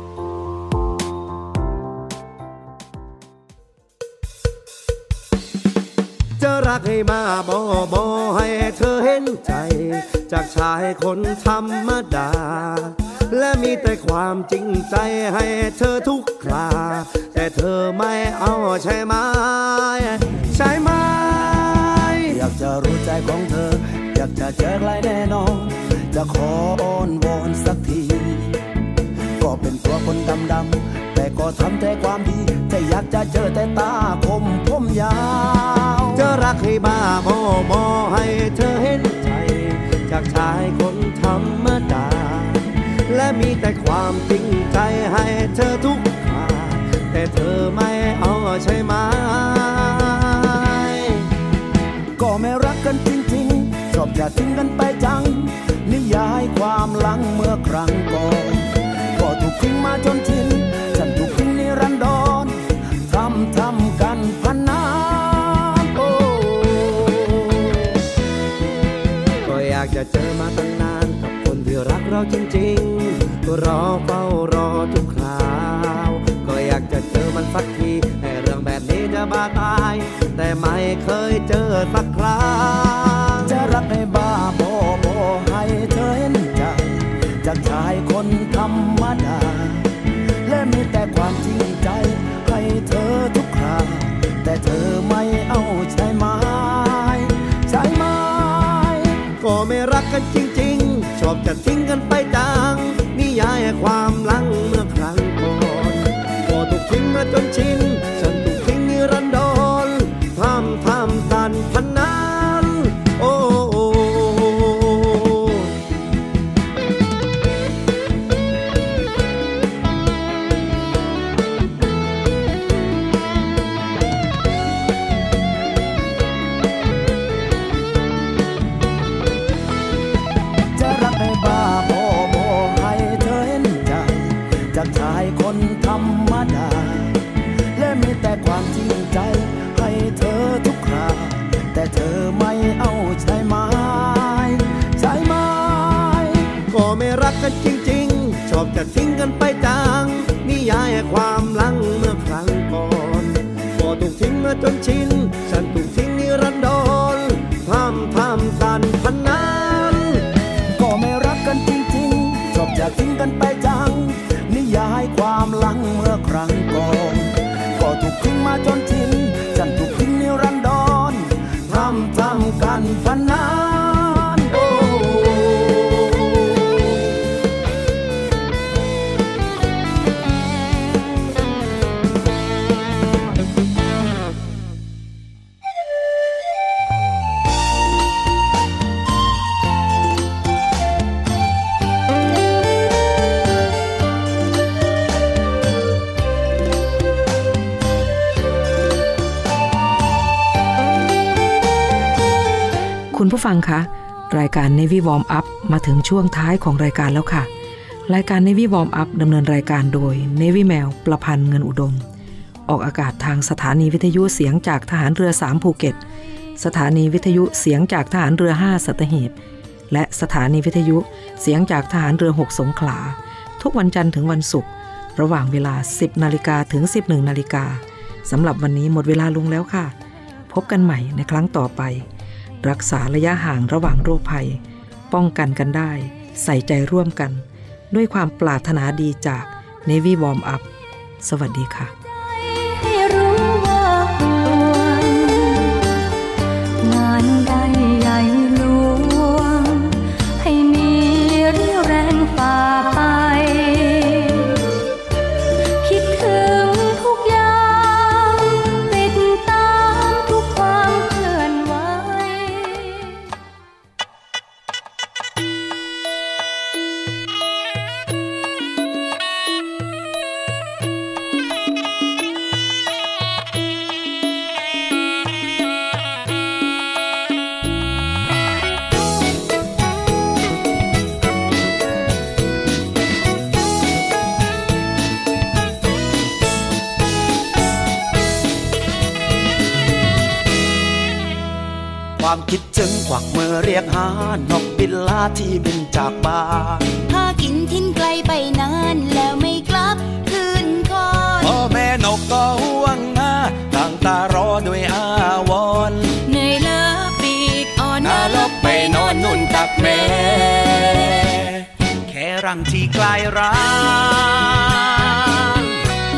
จะรักให้มาบ่ให้เธอเห็นใจจากชายคนธรรมดาและมีแต่ความจริงใจให้เธอทุกคราแต่เธอไม่เอาใช่ไหมใช่ไหมอยากจะรู้ใจของเธออยากจะเจอใครแน่นอนจะขออ้อนวอนสักทีก็เป็นตัวคนดำๆแต่ก็ทำแต่ความดีแต่อยากจะเจอแต่ตาคมผมยาวจะรักให้บ้าบอให้เธอเห็นใจจากชายคนธรรมดาและมีแต่ความจริงใจให้เธอทุกคราแต่เธอไม่เอาใช่ไหมก็ไม่รักกันจริงๆชอบจะทิ้งกันไปจังนิยายความหลังเมื่อครั้งก่อนก็ถูกทิ้งมาจนชินฉันถูกทิ้งนิรันดรทำกันพันนานโอ้ก็อยากจะเจอมาตั้งนานกับคนที่รักเราจริงๆก็รอเฝ้ารอทุกคราวก็อยากจะเจอมันสักทีให้เรื่องแบบนี้จะบ้าตายแต่ไม่เคยเจอสักครั้งจะรักให้บ้าบอให้เธอเห็นใจจากชายคนธรรมดาและมีแต่ความจริงใจให้เธอทุกคราแต่เธอไม่เอาใช่ไหมใช่ไหมก็ไม่รักกันจริงๆชอบจะทิ้งกันไปจังนิยายความหลังเมื่อครั้งก่อนก็ถูกทิ้งมาจนชินฉันถูกทิ้งนิรันดรทำกันพันนานโอ้วันนั้นโอ้คุณผู้ฟังคะรายการ Navy Warm Up มาถึงช่วงท้ายของรายการแล้วค่ะรายการ Navy Warm Up ดำเนินรายการโดย Navy แมวประพันธ์เงินอุดมออกอากาศทางสถานีวิทยุเสียงจากทหารเรือ3ภูเก็ตสถานีวิทยุเสียงจากทหารเรือ5สัตหีบและสถานีวิทยุเสียงจากทหารเรือ6สงขลาทุกวันจันทร์ถึงวันศุกร์ระหว่างเวลา 10:00 นถึง 11:00 นสำหรับวันนี้หมดเวลาลงแล้วค่ะพบกันใหม่ในครั้งต่อไปรักษาระยะห่างระหว่างโรคภัยป้องกันกันได้ใส่ใจร่วมกันด้วยความปรารถนาดีจาก Navy Warm Up สวัสดีค่ะให้รู้ว่าควรงานใดใหญ่หลวงให้มีเรี่ยวแรงฝ่าไปคิดถึงทุกอย่างติดตามทุกความเคลื่อนไหวความคิดถึงกวักมือเรียกหานกบินลาที่บินจากบ้านพากินทิ้นไกลไปนานแล้วไม่กลับคืนคอนพ่อแม่นกก็ห่วงหน้าต่างตารอด้วยอาวรณ์เหนื่อยเลิกปีกอ่อนน่าลบไปนอนนุ่นตักแม่แค่รังที่กลายร้าง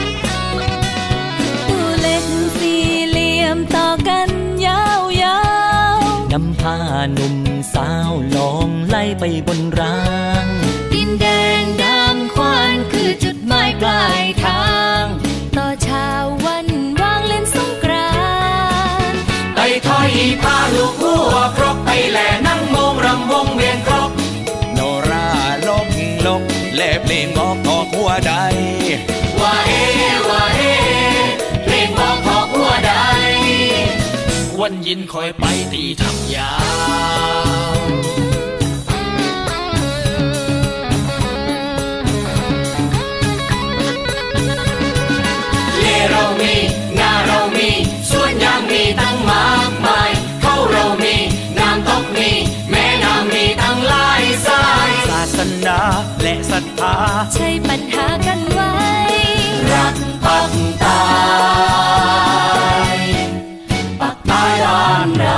ผู้เล็กสี่เหลี่ยมต่อกันยาวๆนำพาหนุ่มสาวลองไล่ไปบนรางดินแดนดำควานคือจุดหมายปลายทางต่อเช้าวันว่างเล่นสงกรานต์ไต่ถ้อยพาลูกหัวครบไปแหล่นั่งมงรำวงเวียนครบโนราลกเล่เพลงบอกทอกหัวใดว่าเฮ้เพลงบอกทอกหัวใดวันยินคอยไปตีทำยาเล่เรามีงาเรามีสวนยางมีตั้งมากมายเขาเรามีน้ำตกมีแม่น้ำมีตั้งหลายสายศาสนาและศรัทธาใช่ปัญหากันไว้รักปักตายบ้านเรา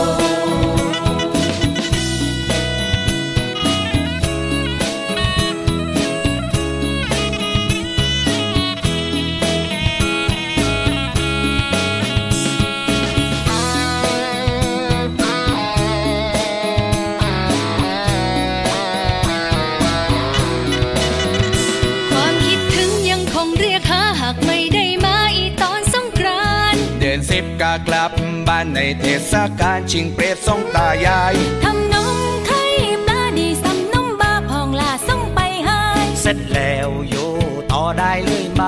ความคิดถึงยังคงเรียกหาหากไม่ได้มาอีตอนสงกรานต์เดือน10กากลับบ้านในเทศกาลชิงเปรตส่งตายายทำนมไข่ปลาดีสำนมบาพองลาส่งไปให้เสร็จแล้วอยู่ต่อได้เลยไหม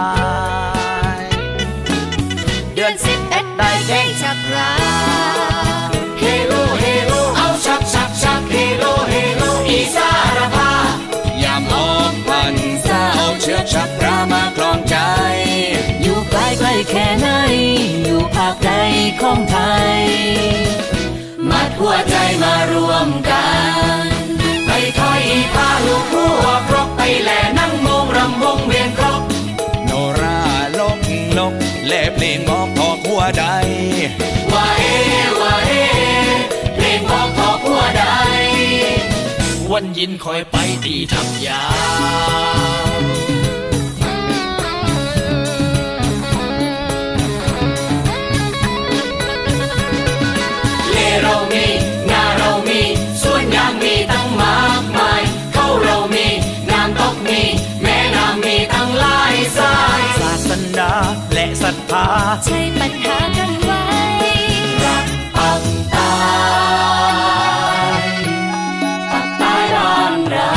เดือน11ได้แจ้งชักราเฮโลเอาชักเฮโลอีสารพายามออกพรรษาเอาเชือกชักรามาคล้องใจอยู่ใกล้แค่ไหนอยู่ภาคใดของไทยมัดหัวใจมารวมกันไปถ้อยพาลูกหัวครบไปแหล่นั่งมงรำวงเวียนครบโนราลกเล่เพลงบอกทอกหัวใดว่าเฮ้เพลงบอกทอกหัวใดวันยินคอยไปตีทำยาเรามีงาใช่ปัญหากันไว้รักปักใต้ปักใต้บ้านเรา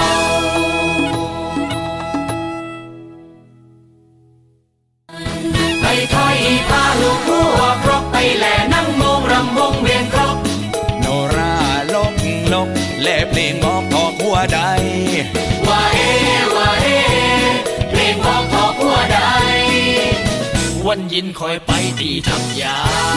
ไปถอยพาลูกหัวครกไปแหล่นั่งมงรำวงเวียนครกโนราลกนกเล่เพลงบอกทอกหัวใดว่าเอเพลงบอกทอกหัวใดวันยินคอยไปตีทำยา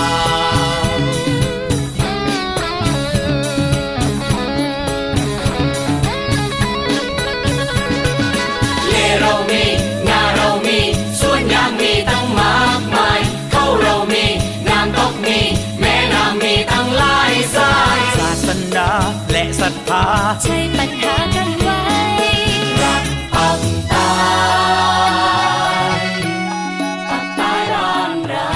เล่เรามีงาเรามีสวนยางมีตั้งมากมายเข้าเรามีน้ำตกมีแม่น้ำมีตั้งหลายสายศาสนาและศรัทธาใช่ปัญหากันไว้รักปักใต้ปักใต้บ้านเรา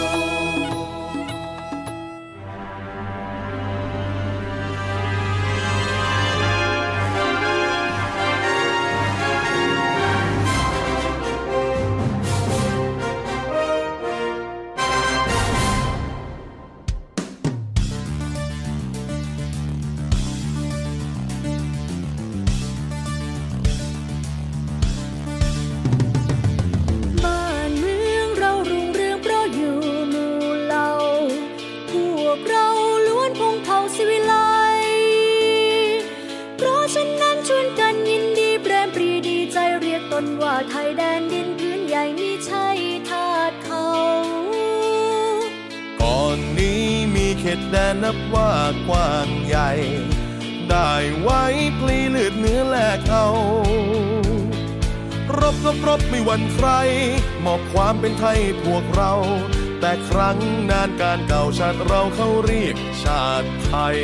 ว่าไทยแดนดินพื้นใหญ่มิใช่ทาสเขาก่อนนี้มีเขตแดนนับว่ากว้างใหญ่ได้ไว้ปลีเลือดเนื้อแลกเอารบไม่หวั่นใครมอบความเป็นไทยพวกเราแต่ครั้งนานการเก่าชาติเราเขาเรียกชาติไทย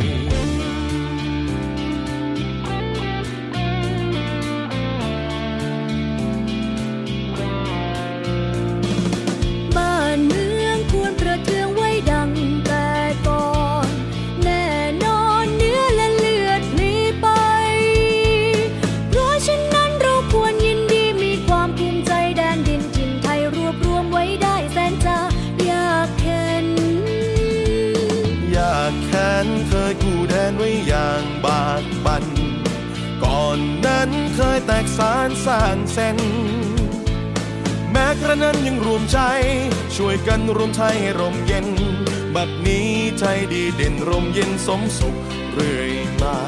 เคยกู้แดนไว้อย่างบากบั่นก่อนนั้นเคยแตกสานสร้างเส้นแม้กระนั้นยังรวมใจช่วยกันรวมไทยให้ร่มเย็นบัดนี้ใจดีเด่นร่มเย็นสมสุขเรื่อยมา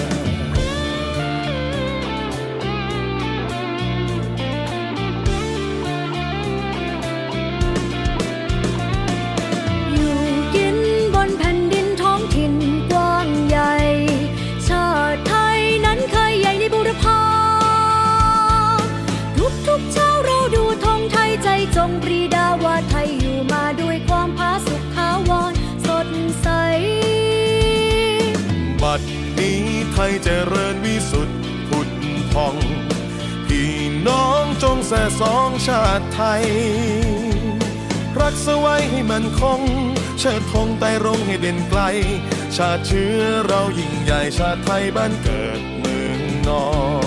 จงปรีดาว่าไทยอยู่มาด้วยความผาสุกขาวรสดใสบัดนี้ไทยเจริญวิสุทธิ์ผุดผ่องพี่น้องจงแส่สองชาติไทยรักษาไว้ให้มันคงเชิดธงไต่รงให้เด่นไกลชาติเชื้อเรายิ่งใหญ่ชาติไทยบ้านเกิดเมืองนอน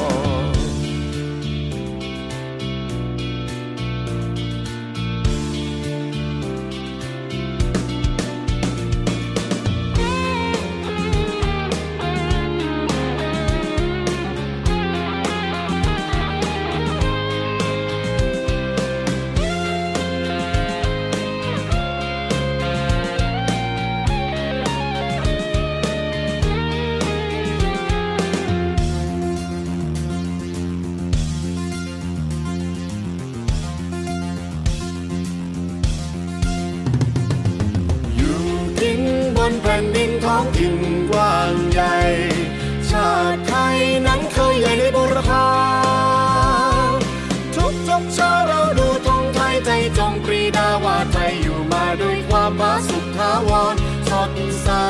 แผ่นดินท้องถิ่นกว้างใหญ่ชาติไทยนั้นเคยใหญ่ในบุรพาทุกเช้าเราดูธงไทยใจจงปรีดาว่าไทยอยู่มาด้วยความผาสุกถาวรสดใส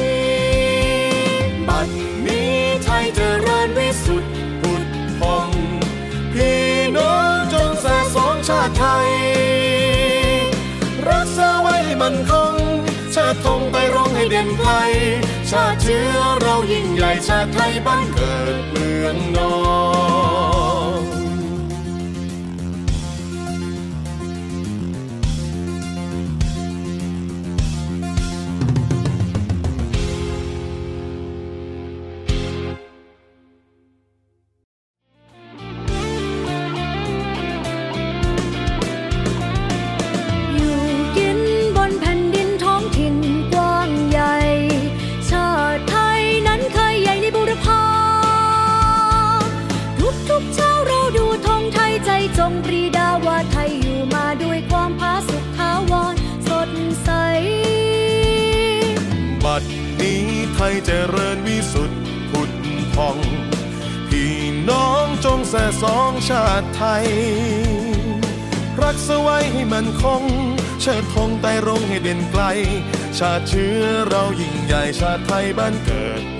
บัดนี้ไทยเจริญวิสุทธิ์ผุดผ่องพี่น้องจงแส่สองชาติไทยรักษาไว้ให้มันคงเชิดธงไปร้องให้เด่นไกลชาติเชื้อเรายิ่งใหญ่ชาติไทยบ้านเกิดเมืองนอนยเจริญวิสุทธิ์ผุดผ่องพี่น้องจงแส่สองชาติไทยรักษาไว้ให้มันคงเชิดธงไต่รงให้เด่นไกลชาติเชื้อเรายิ่งใหญ่ชาติไทยบ้านเกิด